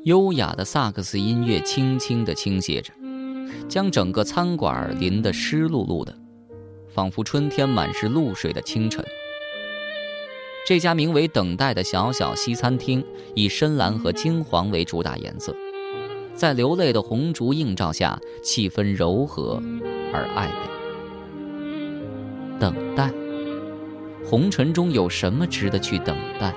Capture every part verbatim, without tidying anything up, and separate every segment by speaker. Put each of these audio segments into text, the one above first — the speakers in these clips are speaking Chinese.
Speaker 1: 优雅的萨克斯音乐轻轻地倾泻着，将整个餐馆淋得湿漉漉的，仿佛春天满是露水的清晨。这家名为等待的小小西餐厅以深蓝和金黄为主打颜色，在流泪的红烛映照下，气氛柔和而暧昧。等待，红尘中有什么值得去等待？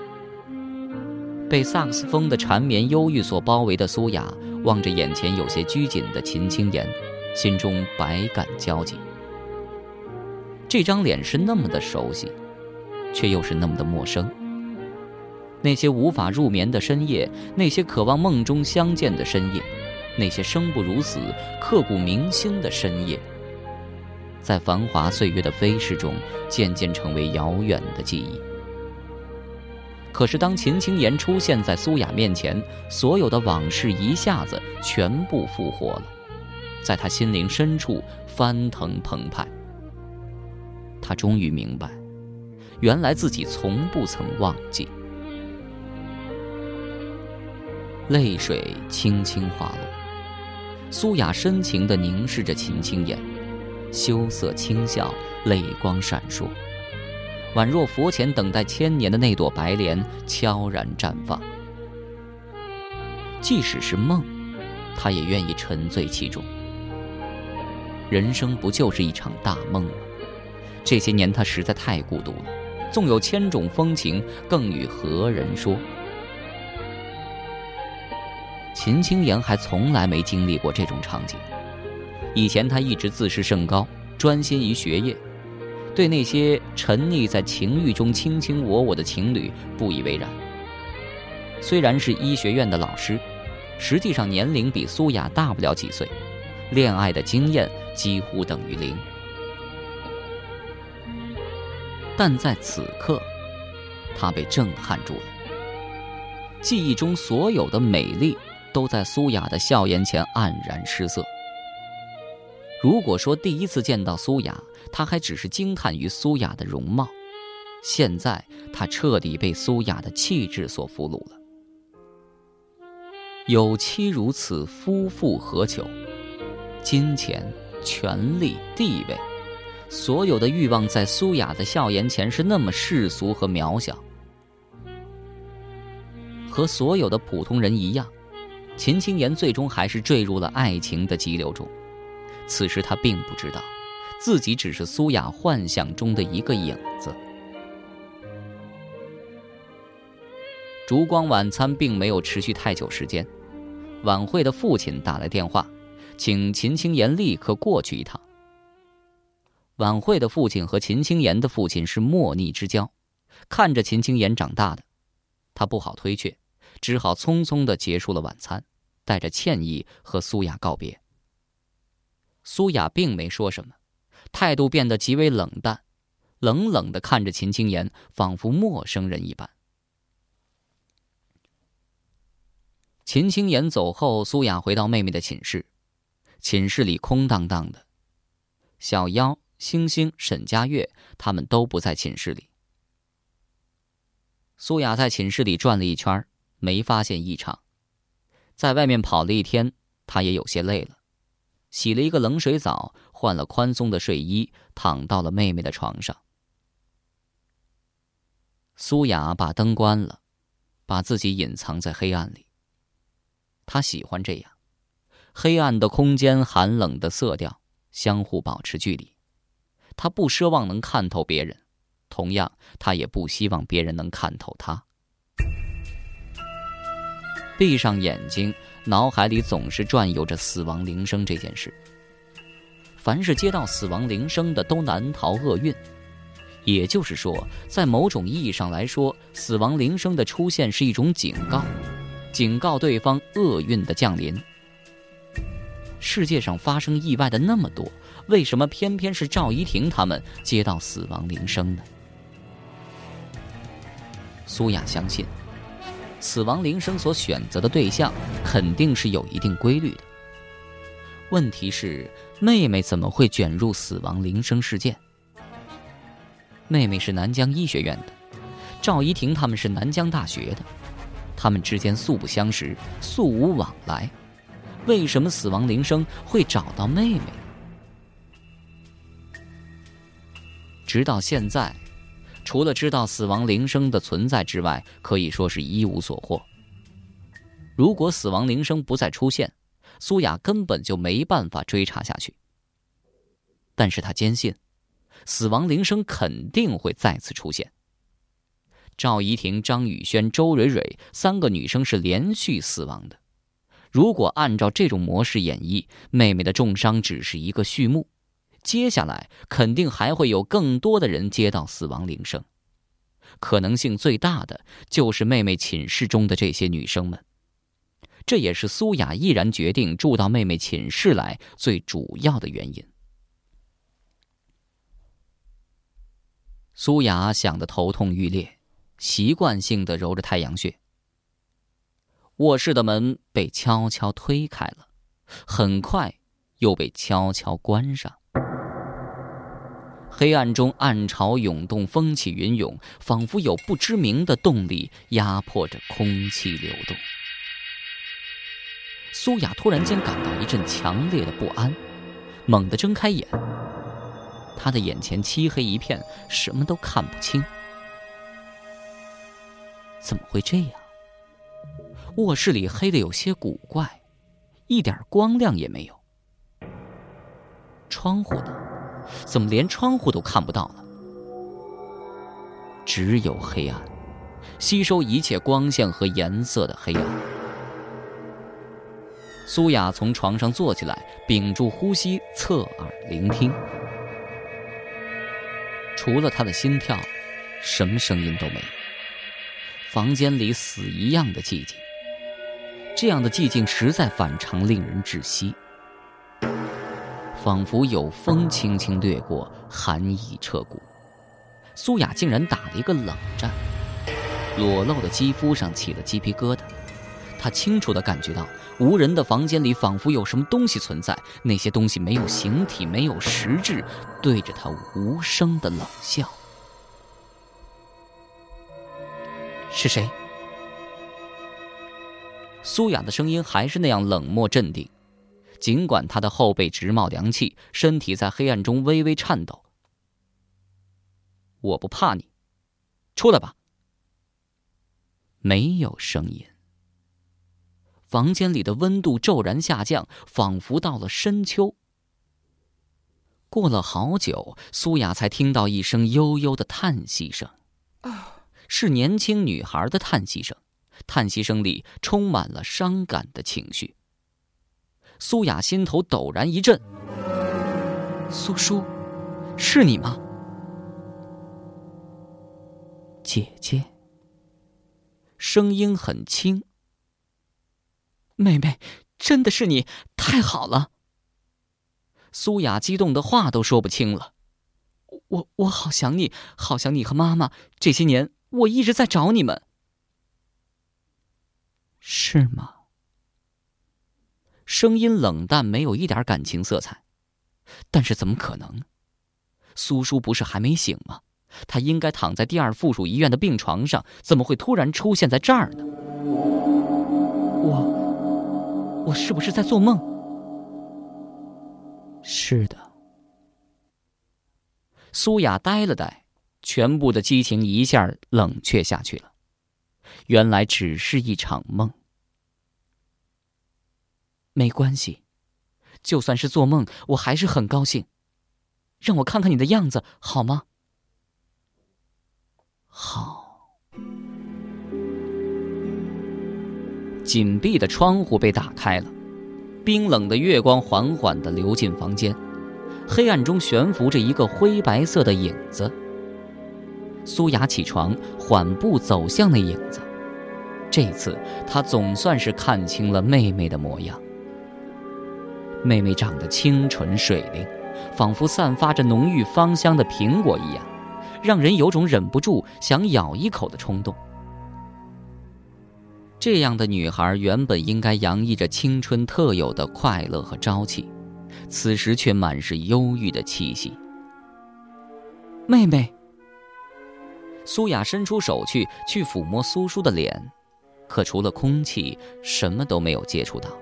Speaker 1: 被萨克斯风的缠绵忧郁所包围的苏雅，望着眼前有些拘谨的秦青言，心中百感交集。这张脸是那么的熟悉，却又是那么的陌生。那些无法入眠的深夜，那些渴望梦中相见的深夜，那些生不如死、刻骨铭心的深夜，在繁华岁月的飞逝中，渐渐成为遥远的记忆。可是当秦青言出现在苏雅面前，所有的往事一下子全部复活了，在他心灵深处翻腾澎湃。他终于明白，原来自己从不曾忘记。泪水轻轻滑落，苏雅深情地凝视着秦青言，羞涩轻笑，泪光闪烁，宛若佛前等待千年的那朵白莲悄然绽放。即使是梦，他也愿意沉醉其中。人生不就是一场大梦吗？这些年他实在太孤独了，纵有千种风情，更与何人说？秦青言还从来没经历过这种场景。以前他一直自视甚高，专心于学业，对那些沉溺在情欲中卿卿我我的情侣不以为然。虽然是医学院的老师，实际上年龄比苏雅大不了几岁，恋爱的经验几乎等于零。但在此刻，他被震撼住了。记忆中所有的美丽都在苏雅的笑颜前黯然失色。如果说第一次见到苏雅，他还只是惊叹于苏雅的容貌，现在他彻底被苏雅的气质所俘虏了。有妻如此，夫复何求？金钱、权力、地位，所有的欲望在苏雅的笑颜前是那么世俗和渺小。和所有的普通人一样，秦青言最终还是坠入了爱情的激流中。此时他并不知道，自己只是苏雅幻想中的一个影子。烛光晚餐并没有持续太久时间，晚会的父亲打来电话，请秦青言立刻过去一趟。晚会的父亲和秦青言的父亲是莫逆之交，看着秦青言长大的，他不好推却，只好匆匆地结束了晚餐，带着歉意和苏雅告别。苏雅并没说什么，态度变得极为冷淡，冷冷地看着秦青言，仿佛陌生人一般。秦青言走后，苏雅回到妹妹的寝室，寝室里空荡荡的，小妖、星星、沈佳悦他们都不在寝室里。苏雅在寝室里转了一圈，没发现异常。在外面跑了一天，她也有些累了，洗了一个冷水澡，换了宽松的睡衣，躺到了妹妹的床上。苏雅把灯关了，把自己隐藏在黑暗里。她喜欢这样，黑暗的空间，寒冷的色调，相互保持距离。她不奢望能看透别人，同样，她也不希望别人能看透她。闭上眼睛，脑海里总是转悠着死亡铃声这件事。凡是接到死亡铃声的，都难逃厄运。也就是说，在某种意义上来说，死亡铃声的出现是一种警告，警告对方厄运的降临。世界上发生意外的那么多，为什么偏偏是赵怡婷他们接到死亡铃声呢？苏雅相信，死亡铃声所选择的对象肯定是有一定规律的。问题是，妹妹怎么会卷入死亡铃声事件？妹妹是南疆医学院的，赵怡婷他们是南疆大学的， 他们之间素不相识，素无往来，为什么死亡铃声会找到妹妹？直到现在，除了知道死亡铃声的存在之外，可以说是一无所获。如果死亡铃声不再出现，苏雅根本就没办法追查下去。但是她坚信，死亡铃声肯定会再次出现。赵怡婷、张雨轩、周蕊蕊三个女生是连续死亡的。如果按照这种模式演绎，妹妹的重伤只是一个序幕，接下来肯定还会有更多的人接到死亡铃声。可能性最大的就是妹妹寝室中的这些女生们。这也是苏雅毅然决定住到妹妹寝室来最主要的原因。苏雅想得头痛欲裂，习惯性地揉着太阳穴。卧室的门被悄悄推开了，很快又被悄悄关上。黑暗中暗潮涌动，风起云涌，仿佛有不知名的动力压迫着空气流动。苏雅突然间感到一阵强烈的不安，猛地睁开眼。她的眼前漆黑一片，什么都看不清。怎么会这样？卧室里黑得有些古怪，一点光亮也没有。窗户呢？怎么连窗户都看不到了？只有黑暗，吸收一切光线和颜色的黑暗。苏雅从床上坐起来，屏住呼吸，侧耳聆听。除了她的心跳，什么声音都没有。房间里死一样的寂静，这样的寂静实在反常，令人窒息。仿佛有风轻轻掠过，寒意彻骨。苏雅竟然打了一个冷战，裸露的肌肤上起了鸡皮疙瘩。她清楚地感觉到，无人的房间里仿佛有什么东西存在，那些东西没有形体，没有实质，对着她无声的冷笑。是谁？苏雅的声音还是那样冷漠镇定，尽管她的后背直冒凉气，身体在黑暗中微微颤抖。我不怕你，出来吧。没有声音。房间里的温度骤然下降，仿佛到了深秋。过了好久，苏雅才听到一声悠悠的叹息声，是年轻女孩的叹息声，叹息声里充满了伤感的情绪。苏雅心头陡然一震，苏叔，是你吗？姐姐。声音很轻。妹妹，真的是你，太好了。苏雅激动的话都说不清了。我我好想你，好想你和妈妈，这些年我一直在找你们。是吗？声音冷淡，没有一点感情色彩。但是怎么可能？苏叔不是还没醒吗？他应该躺在第二附属医院的病床上，怎么会突然出现在这儿呢？我我是不是在做梦？是的。苏雅呆了呆，全部的激情一下冷却下去了。原来只是一场梦。没关系，就算是做梦，我还是很高兴。让我看看你的样子，好吗？好。紧闭的窗户被打开了，冰冷的月光缓缓地流进房间，黑暗中悬浮着一个灰白色的影子。苏雅起床，缓步走向那影子。这次她总算是看清了妹妹的模样。妹妹长得清纯水灵，仿佛散发着浓郁芳香的苹果一样，让人有种忍不住想咬一口的冲动。这样的女孩原本应该洋溢着青春特有的快乐和朝气，此时却满是忧郁的气息。妹妹。苏雅伸出手去去抚摸苏叔的脸， 可除了空气，什么都没有接触到。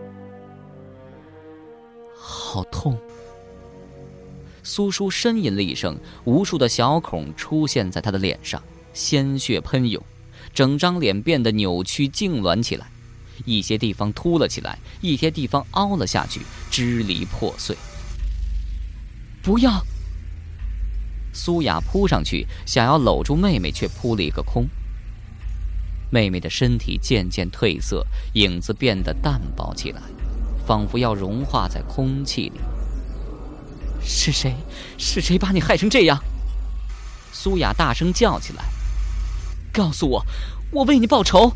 Speaker 1: 好痛！苏叔呻吟了一声，无数的小孔出现在他的脸上，鲜血喷涌，整张脸变得扭曲痉挛起来，一些地方凸了起来，一些地方凹了下去，支离破碎。不要！苏雅扑上去，想要搂住妹妹，却扑了一个空。妹妹的身体渐渐褪色，影子变得淡薄起来，仿佛要融化在空气里。是谁？是谁把你害成这样？苏雅大声叫起来：告诉我，我为你报仇！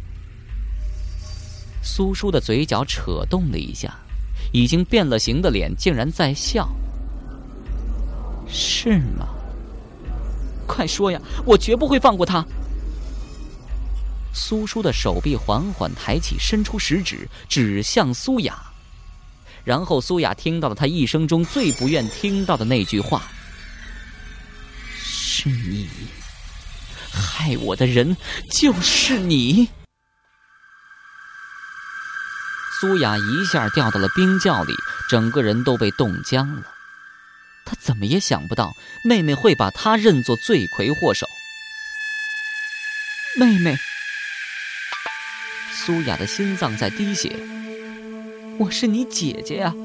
Speaker 1: 苏叔的嘴角扯动了一下，已经变了形的脸竟然在笑。是吗？快说呀，我绝不会放过他！苏叔的手臂缓缓抬起，伸出食指指向苏雅，然后苏雅听到了他一生中最不愿听到的那句话：是你害我的人，就是你！苏雅一下掉到了冰窖里，整个人都被冻僵了。他怎么也想不到妹妹会把他认作罪魁祸首。妹妹，苏雅的心脏在滴血。我是你姐姐呀！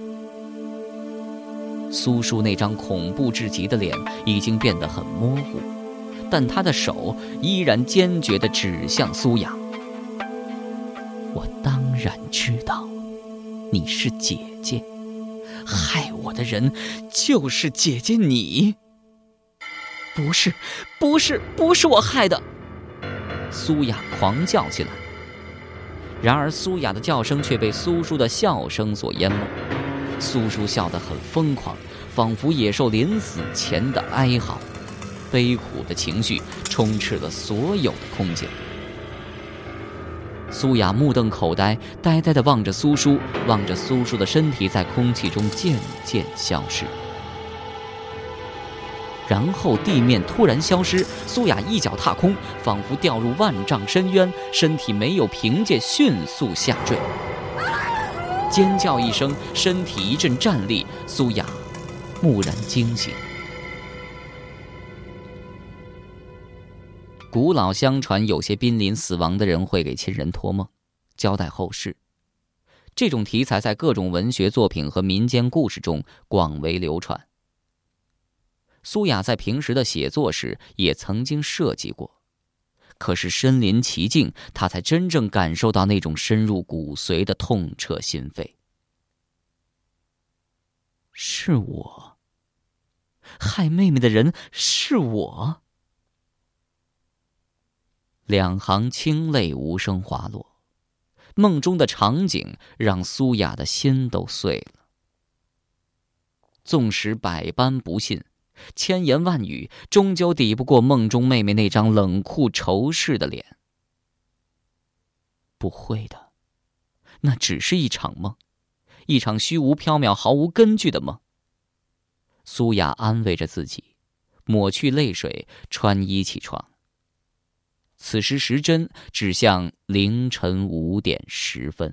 Speaker 1: 苏叔那张恐怖至极的脸已经变得很模糊，但他的手依然坚决地指向苏雅。我当然知道，你是姐姐，害我的人就是姐姐你。不是，不是，不是我害的！苏雅狂叫起来。然而苏雅的叫声却被苏叔的笑声所淹没。苏叔笑得很疯狂，仿佛野兽临死前的哀嚎，悲苦的情绪充斥了所有的空间。苏雅目瞪口呆，呆呆地望着苏叔，望着苏叔的身体在空气中渐渐消失。然后地面突然消失，苏雅一脚踏空，仿佛掉入万丈深渊，身体没有凭借，迅速下坠。尖叫一声，身体一阵战栗，苏雅蓦然惊醒。古老相传，有些濒临死亡的人会给亲人托梦，交代后事。这种题材在各种文学作品和民间故事中广为流传。苏雅在平时的写作时也曾经设计过，可是身临其境，她才真正感受到那种深入骨髓的痛彻心扉。是我，害妹妹的人是我。两行清泪无声滑落，梦中的场景让苏雅的心都碎了。纵使百般不信，千言万语终究抵不过梦中妹妹那张冷酷仇视的脸。不会的，那只是一场梦，一场虚无缥缈毫无根据的梦。苏雅安慰着自己，抹去泪水，穿衣起床。此时时针指向凌晨五点十分。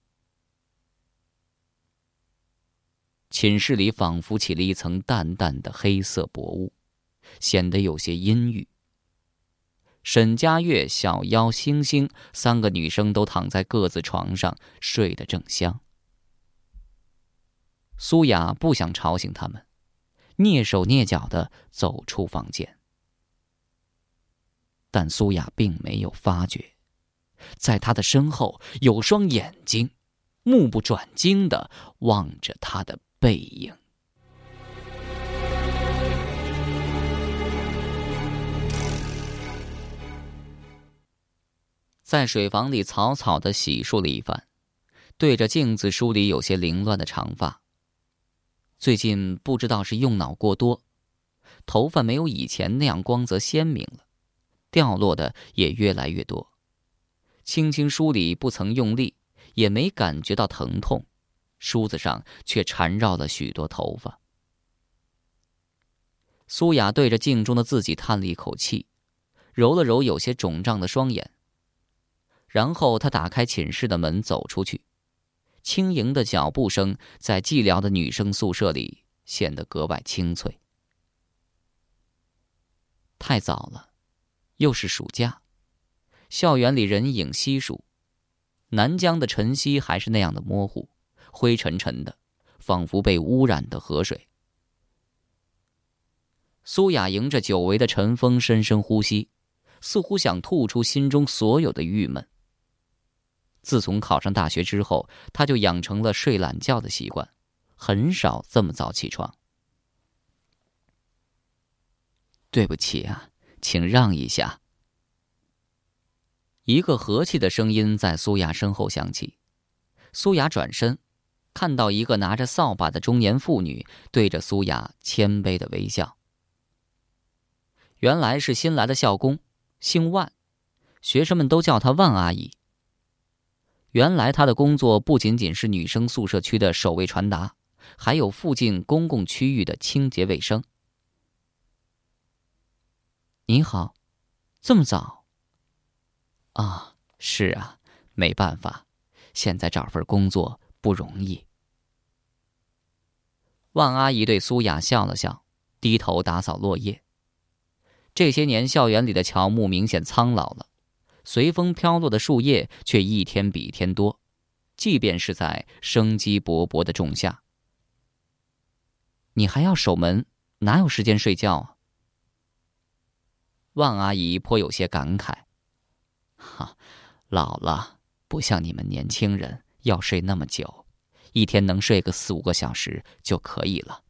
Speaker 1: 寝室里仿佛起了一层淡淡的黑色薄雾，显得有些阴郁。沈佳悦、小妖、星星三个女生都躺在各自床上，睡得正香。苏雅不想吵醒他们，蹑手蹑脚地走出房间。但苏雅并没有发觉，在她的身后有双眼睛，目不转睛地望着她的背影。在水房里草草地洗漱了一番，对着镜子梳理有些凌乱的长发。最近不知道是用脑过多，头发没有以前那样光泽鲜明了，掉落的也越来越多。轻轻梳理不曾用力，也没感觉到疼痛，梳子上却缠绕了许多头发。苏雅对着镜中的自己叹了一口气，揉了揉有些肿胀的双眼。 然后他打开寝室的门走出去，轻盈的脚步声在寂寥的女生宿舍里显得格外清脆。太早了，又是暑假，校园里人影稀疏，南疆的晨曦还是那样的模糊，灰沉沉的，仿佛被污染的河水。苏雅迎着久违的晨风深深呼吸，似乎想吐出心中所有的郁闷。自从考上大学之后，她就养成了睡懒觉的习惯，很少这么早起床。对不起啊，请让一下。一个和气的声音在苏雅身后响起。苏雅转身，看到一个拿着扫把的中年妇女对着苏雅谦卑的微笑。原来是新来的校工，姓万，学生们都叫她万阿姨。原来她的工作不仅仅是女生宿舍区的守卫传达，还有附近公共区域的清洁卫生。你好，这么早？啊，是啊，没办法，现在找份工作不容易。万阿姨对苏雅笑了笑，低头打扫落叶。这些年校园里的乔木明显苍老了，随风飘落的树叶却一天比一天多，即便是在生机勃勃的仲夏。你还要守门，哪有时间睡觉啊？万阿姨颇有些感慨。哈，老了，不像你们年轻人要睡那么久，一天能睡个四五个小时就可以了。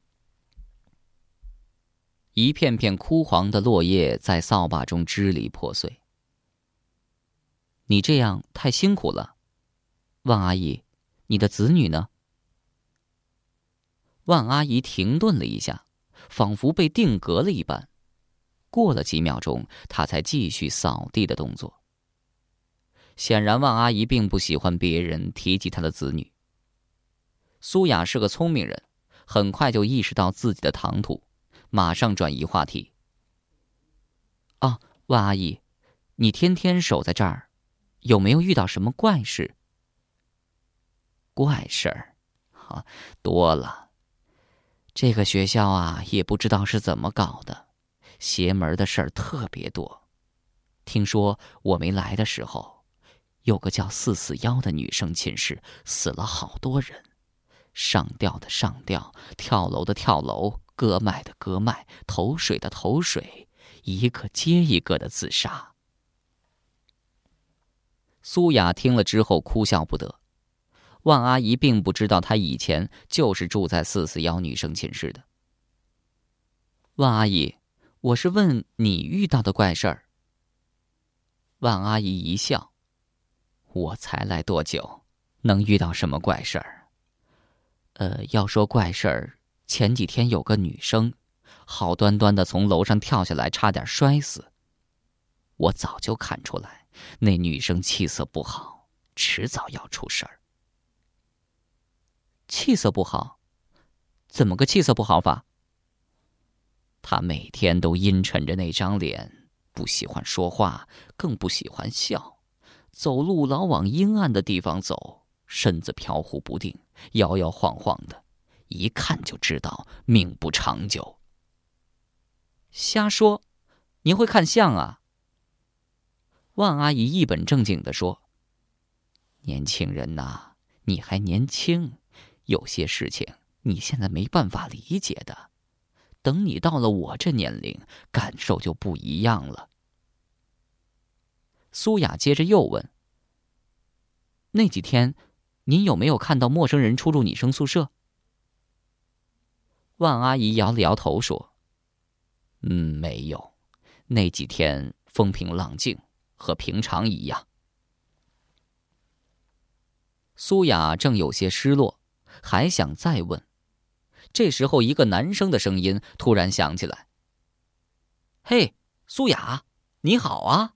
Speaker 1: 一片片枯黄的落叶在扫把中支离破碎。你这样太辛苦了。万阿姨，你的子女呢？万阿姨停顿了一下，仿佛被定格了一般。过了几秒钟，她才继续扫地的动作。显然万阿姨并不喜欢别人提及她的子女。苏雅是个聪明人，很快就意识到自己的唐突，马上转移话题。啊，万阿姨，你天天守在这儿，有没有遇到什么怪事？怪事儿？啊，多了。这个学校啊，也不知道是怎么搞的，邪门的事儿特别多。听说我没来的时候，有个叫四四幺的女生寝室死了好多人，上吊的上吊，跳楼的跳楼，割脉的割脉，投水的投水，一个接一个的自杀。苏雅听了之后哭笑不得。万阿姨并不知道她以前就是住在四四幺女生寝室的。万阿姨，我是问你遇到的怪事儿。万阿姨一笑，我才来多久，能遇到什么怪事儿？呃，要说怪事儿，前几天有个女生，好端端的从楼上跳下来，差点摔死。我早就看出来，那女生气色不好，迟早要出事儿。气色不好？怎么个气色不好法？她每天都阴沉着那张脸，不喜欢说话，更不喜欢笑，走路老往阴暗的地方走，身子飘忽不定，摇摇晃晃的，一看就知道命不长久。瞎说，您会看相啊？万阿姨一本正经地说：年轻人呐，你还年轻，有些事情你现在没办法理解的，等你到了我这年龄，感受就不一样了。苏雅接着又问：那几天您有没有看到陌生人出入女生宿舍？万阿姨摇了摇头说：嗯，没有，那几天风平浪静，和平常一样。苏雅正有些失落，还想再问，这时候一个男生的声音突然响起来：嘿，苏雅，你好啊。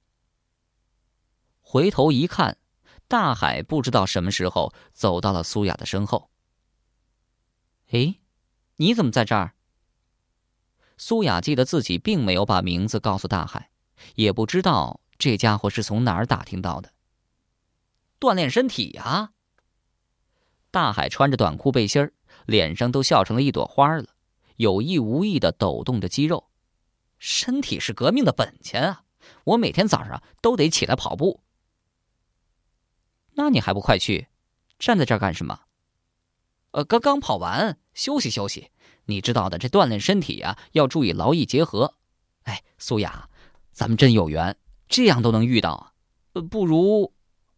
Speaker 1: 回头一看，大海不知道什么时候走到了苏雅的身后。诶，你怎么在这儿？苏雅记得自己并没有把名字告诉大海，也不知道这家伙是从哪儿打听到的？锻炼身体呀！大海穿着短裤背心儿，脸上都笑成了一朵花了，有意无意地抖动着肌肉。身体是革命的本钱啊！我每天早上都得起来跑步。那你还不快去？站在这儿干什么？呃，刚刚跑完，休息休息。你知道的，这锻炼身体呀、啊，要注意劳逸结合。哎，苏雅，咱们真有缘，这样都能遇到啊！呃，不如……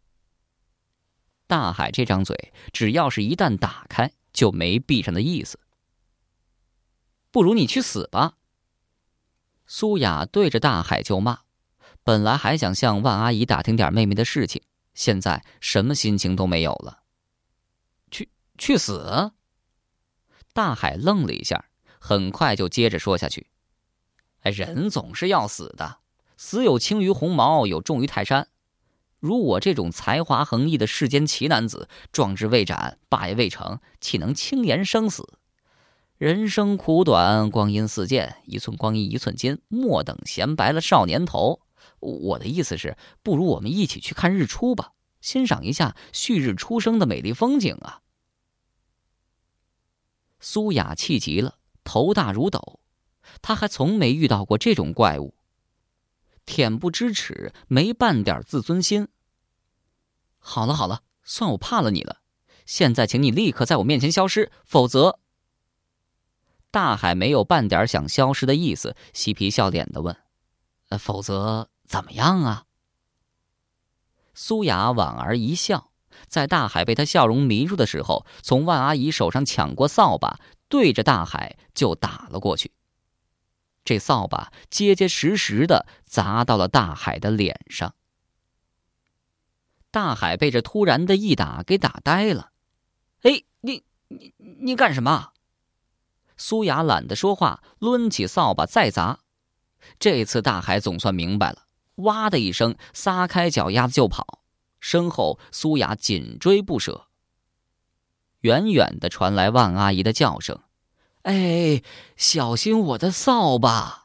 Speaker 1: 大海这张嘴，只要是一旦打开，就没闭上的意思。不如你去死吧！苏雅对着大海就骂。本来还想向万阿姨打听点妹妹的事情，现在什么心情都没有了。去去死！大海愣了一下，很快就接着说下去。哎，人总是要死的，死有轻于鸿毛，有重于泰山。如我这种才华横溢的世间奇男子，壮志未展，霸业未成，岂能轻言生死？人生苦短，光阴似箭，一寸光阴一寸金，莫等闲白了少年头。我的意思是，不如我们一起去看日出吧，欣赏一下旭日初升的美丽风景啊！苏雅气急了，头大如斗，她还从没遇到过这种怪物，恬不知耻，没半点自尊心。好了好了，算我怕了你了，现在请你立刻在我面前消失，否则……大海没有半点想消失的意思，嬉皮笑脸地问：“呃，否则怎么样啊？”苏雅莞尔一笑，在大海被他笑容迷住的时候，从万阿姨手上抢过扫把，对着大海就打了过去。这扫把结结实实地砸到了大海的脸上。大海被这突然的一打给打呆了。哎，你你你干什么？苏雅懒得说话，抡起扫把再砸。这次大海总算明白了，哇的一声撒开脚丫子就跑，身后苏雅紧追不舍。远远地传来万阿姨的叫声：“哎，小心我的扫把！”